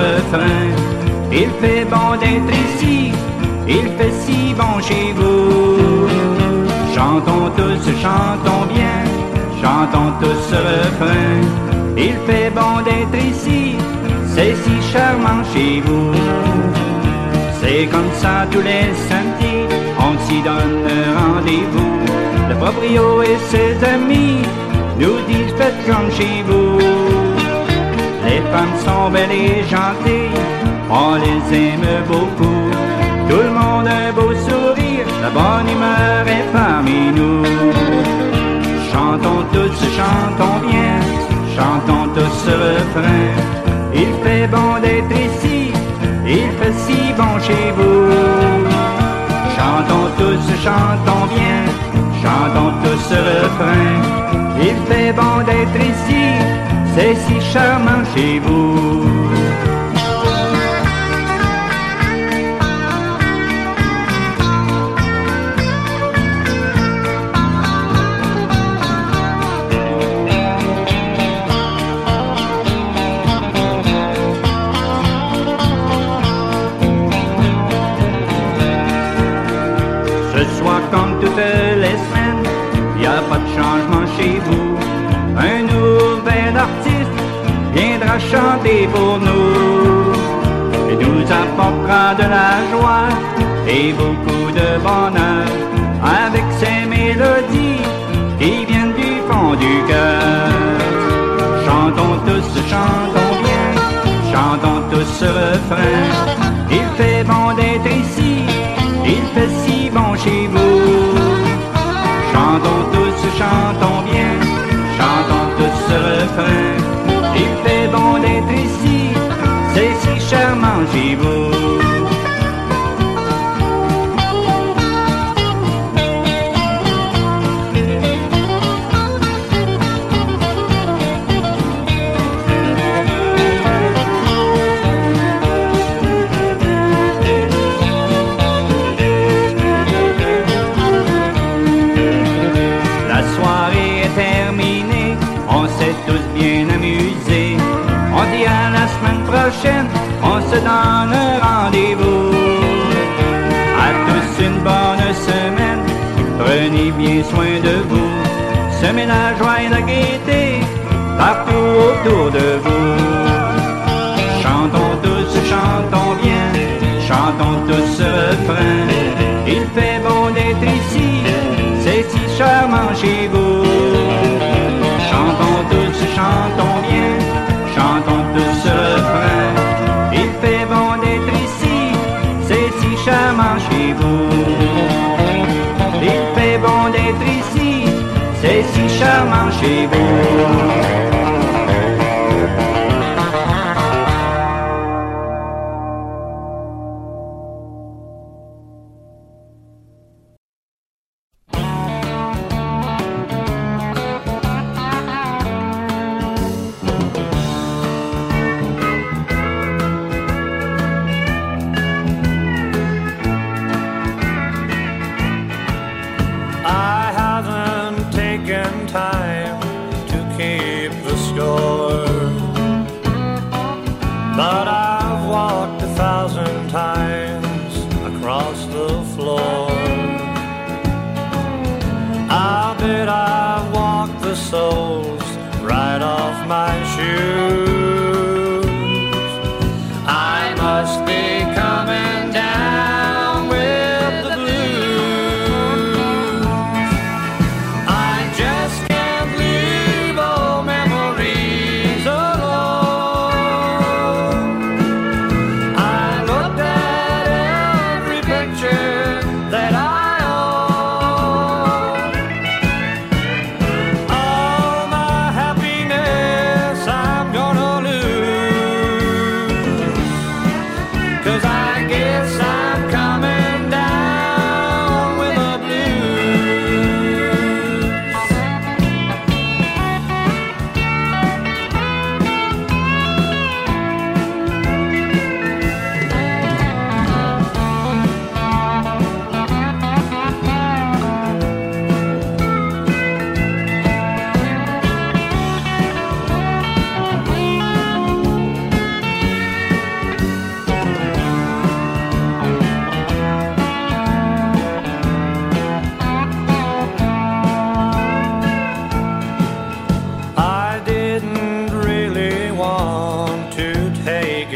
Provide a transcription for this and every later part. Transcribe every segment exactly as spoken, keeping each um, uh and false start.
refrain. Il fait bon d'être ici, il fait si bon chez vous. Chantons tous, chantons bien, chantons tous ce refrain. Il fait bon d'être ici, c'est si charmant chez vous. C'est comme ça tous les samedis, on s'y donne rendez-vous. Le proprio et ses amis nous disent faites comme chez vous. Les femmes sont belles et gentilles, on les aime beaucoup. Tout le monde a un beau sourire, la bonne humeur est parmi nous. Chantons tous, chantons bien, chantons tous ce refrain. Il fait bon d'être ici, il fait si bon chez vous. Chantons tous, chantons bien, chantons tous ce refrain. Il fait bon d'être ici, c'est si charmant chez vous. Ce soir comme toutes les semaines, y a pas de changement chez vous. Un nouvel artiste viendra chanter pour nous. Il nous apportera de la joie et beaucoup de bonheur avec ses mélodies qui viennent du fond du cœur. Chantons tous, chantons bien, chantons tous ce refrain. Il fait bon d'être ici, il fait si bon chez vous. Chantons tous, chantons bien, chantons tous ce refrain. Il fait bon d'être ici, c'est si charmant chez vous. On se donne rendez-vous. À tous une bonne semaine, prenez bien soin de vous. Semez la joie et la gaieté partout autour de vous. Chantons tous, chantons bien, chantons tous ce refrain. Il fait bon d'être ici, c'est si charmant chez vous. Chantons tous, chantons bien, chantons tous ce refrain. Il fait bon d'être ici, c'est si charmant chez vous. Il fait bon d'être ici, c'est si charmant chez vous. Gonna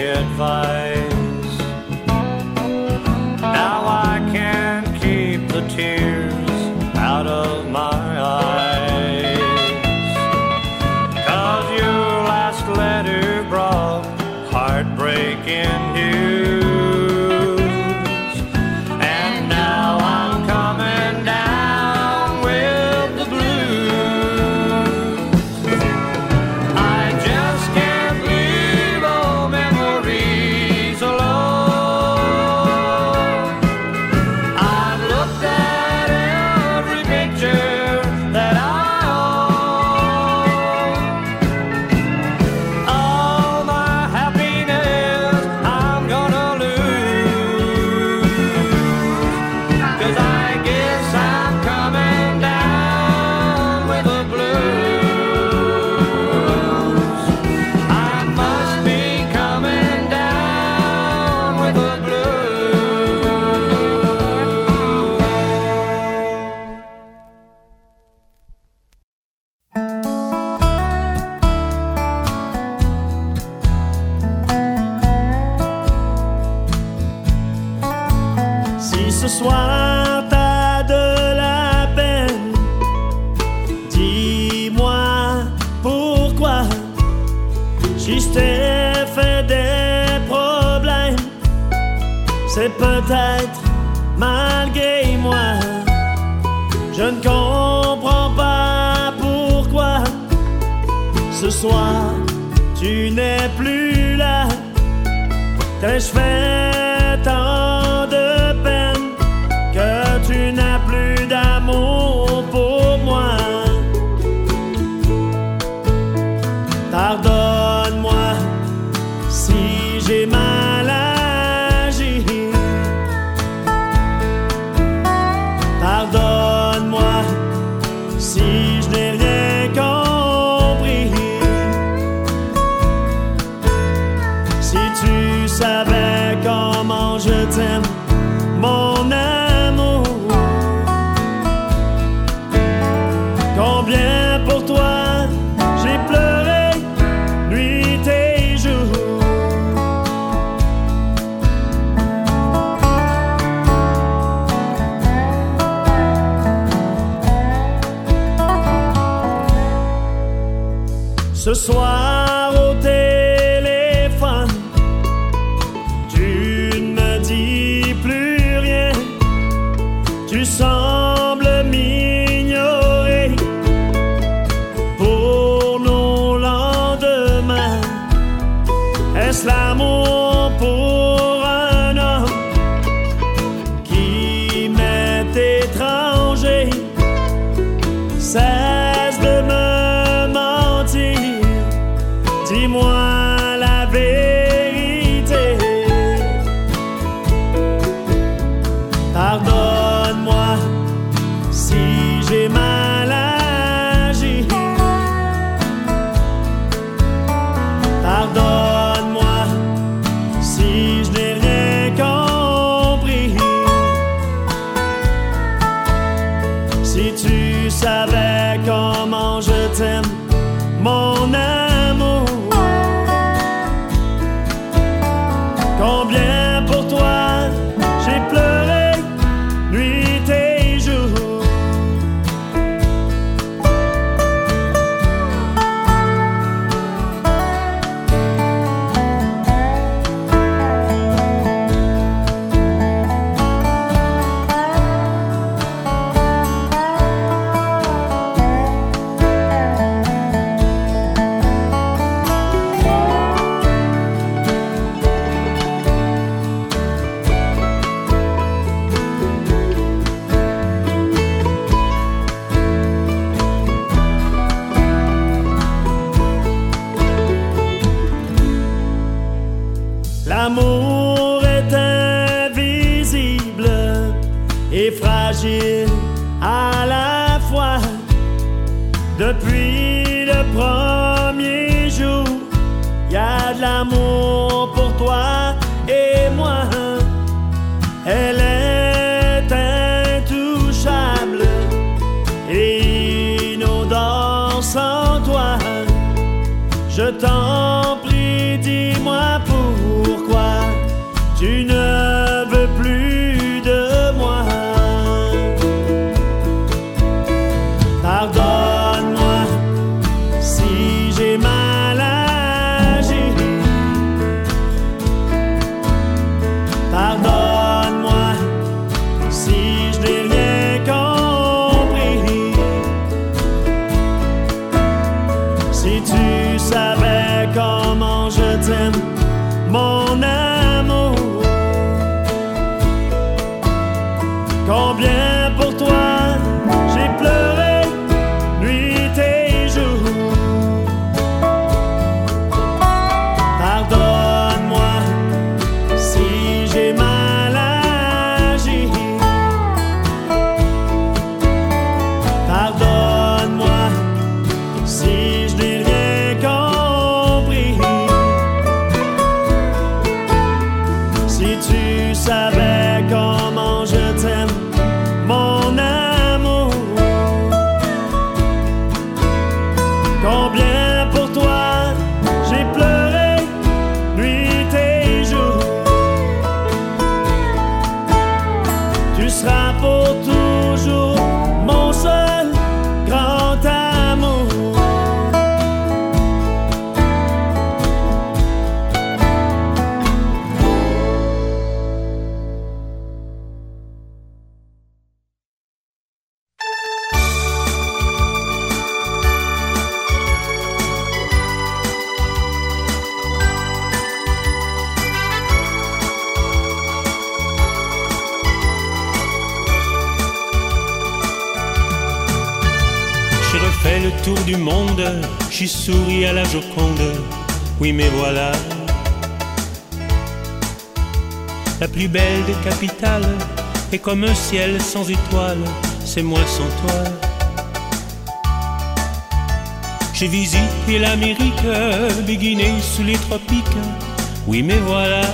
advice. Now I can keep the tears out of my eyes. 'Cause your last letter brought heartbreaking news. And now I'm coming down with the blues. I just can't leave old memories alone. I've looked at every picture that I own. All my happiness I'm gonna lose. 'Cause I guess I'm coming down with the blues. I must be coming down with the blues. Si ce soir t'as de la peine, dis-moi pourquoi. Si je t'ai fait des problèmes, c'est peut-être malgré moi. Je ne comprends pas pourquoi ce soir tu n'es plus là. T'ai-je fait tant de peine que tu n'as plus d'amour pour moi? Pardonne-moi si j'ai mal agi. Pardonne-moi si je n'ai rien compris. Si tu savais comment je t'aime, mon amour, combien pour toi j'ai pleuré nuit et jour. Ce soir au téléphone, tu ne me dis plus rien. Tu sembles m'ignorer pour nos lendemains. Est-ce l'amour pour un homme qui m'est étranger? Cesse de me mentir, dis-moi la vérité. Pardonne-moi si j'ai mal agi. Pardonne-moi si je n'ai rien compris. Si tu savais comment je t'aime, mon amour, combien pour toi j'ai pleuré nuit et jour. L'amour est invisible et fragile à la fois. Depuis le premier jour, y a de l'amour pour toi et moi. Elle est intouchable et inodore sans toi. Je t'en prie, dis-moi pour savais comment je t'aime, mon amour. Combien pour toi j'ai pleuré nuit et jour. Tu seras pour toujours mon seul grand amour. Fait le tour du monde, j'y souris à la Joconde. Oui, mais voilà, la plus belle des capitales est comme un ciel sans étoiles. C'est moi sans toi. J'ai visité l'Amérique, béguiné sous les tropiques. Oui, mais voilà,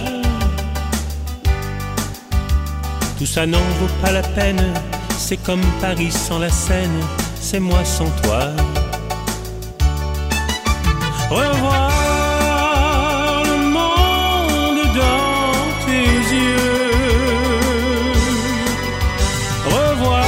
tout ça n'en vaut pas la peine. C'est comme Paris sans la Seine. C'est moi sans toi. Revoir le monde dans tes yeux. Revoir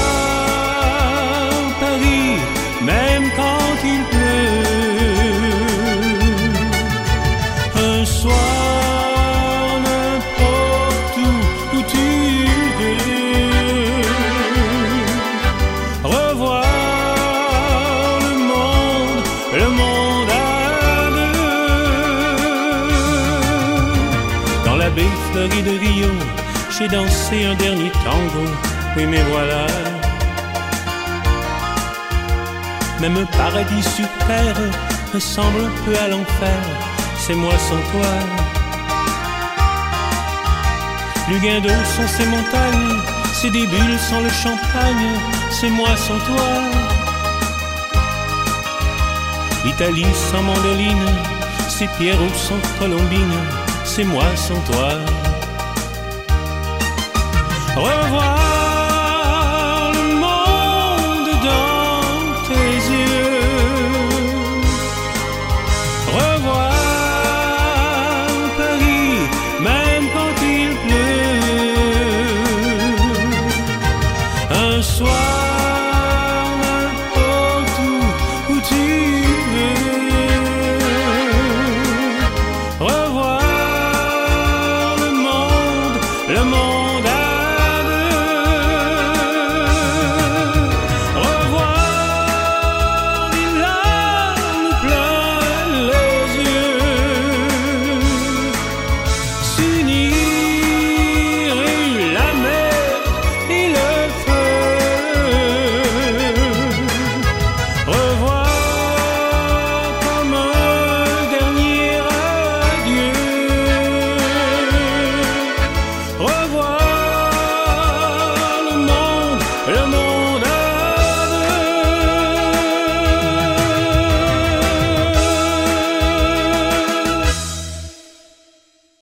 Paris, même quand il pleut. Un soir, n'importe où, où tu es. Revoir le monde à deux. Dans la baie fleurie de Rio, j'ai dansé un dernier tango. Oui, mais voilà, même un paradis sur terre ressemble un peu à l'enfer. C'est moi sans toi. Luguindo sont ces montagnes, c'est des bulles sans le champagne. C'est moi sans toi. L'Italie sans mandoline, c'est Pierrot sans colombine. C'est moi sans toi. Revoir le monde dans tes yeux. Revoir Paris, même quand il pleut. Un soir, n'importe où, où tu revoir le monde, le monde.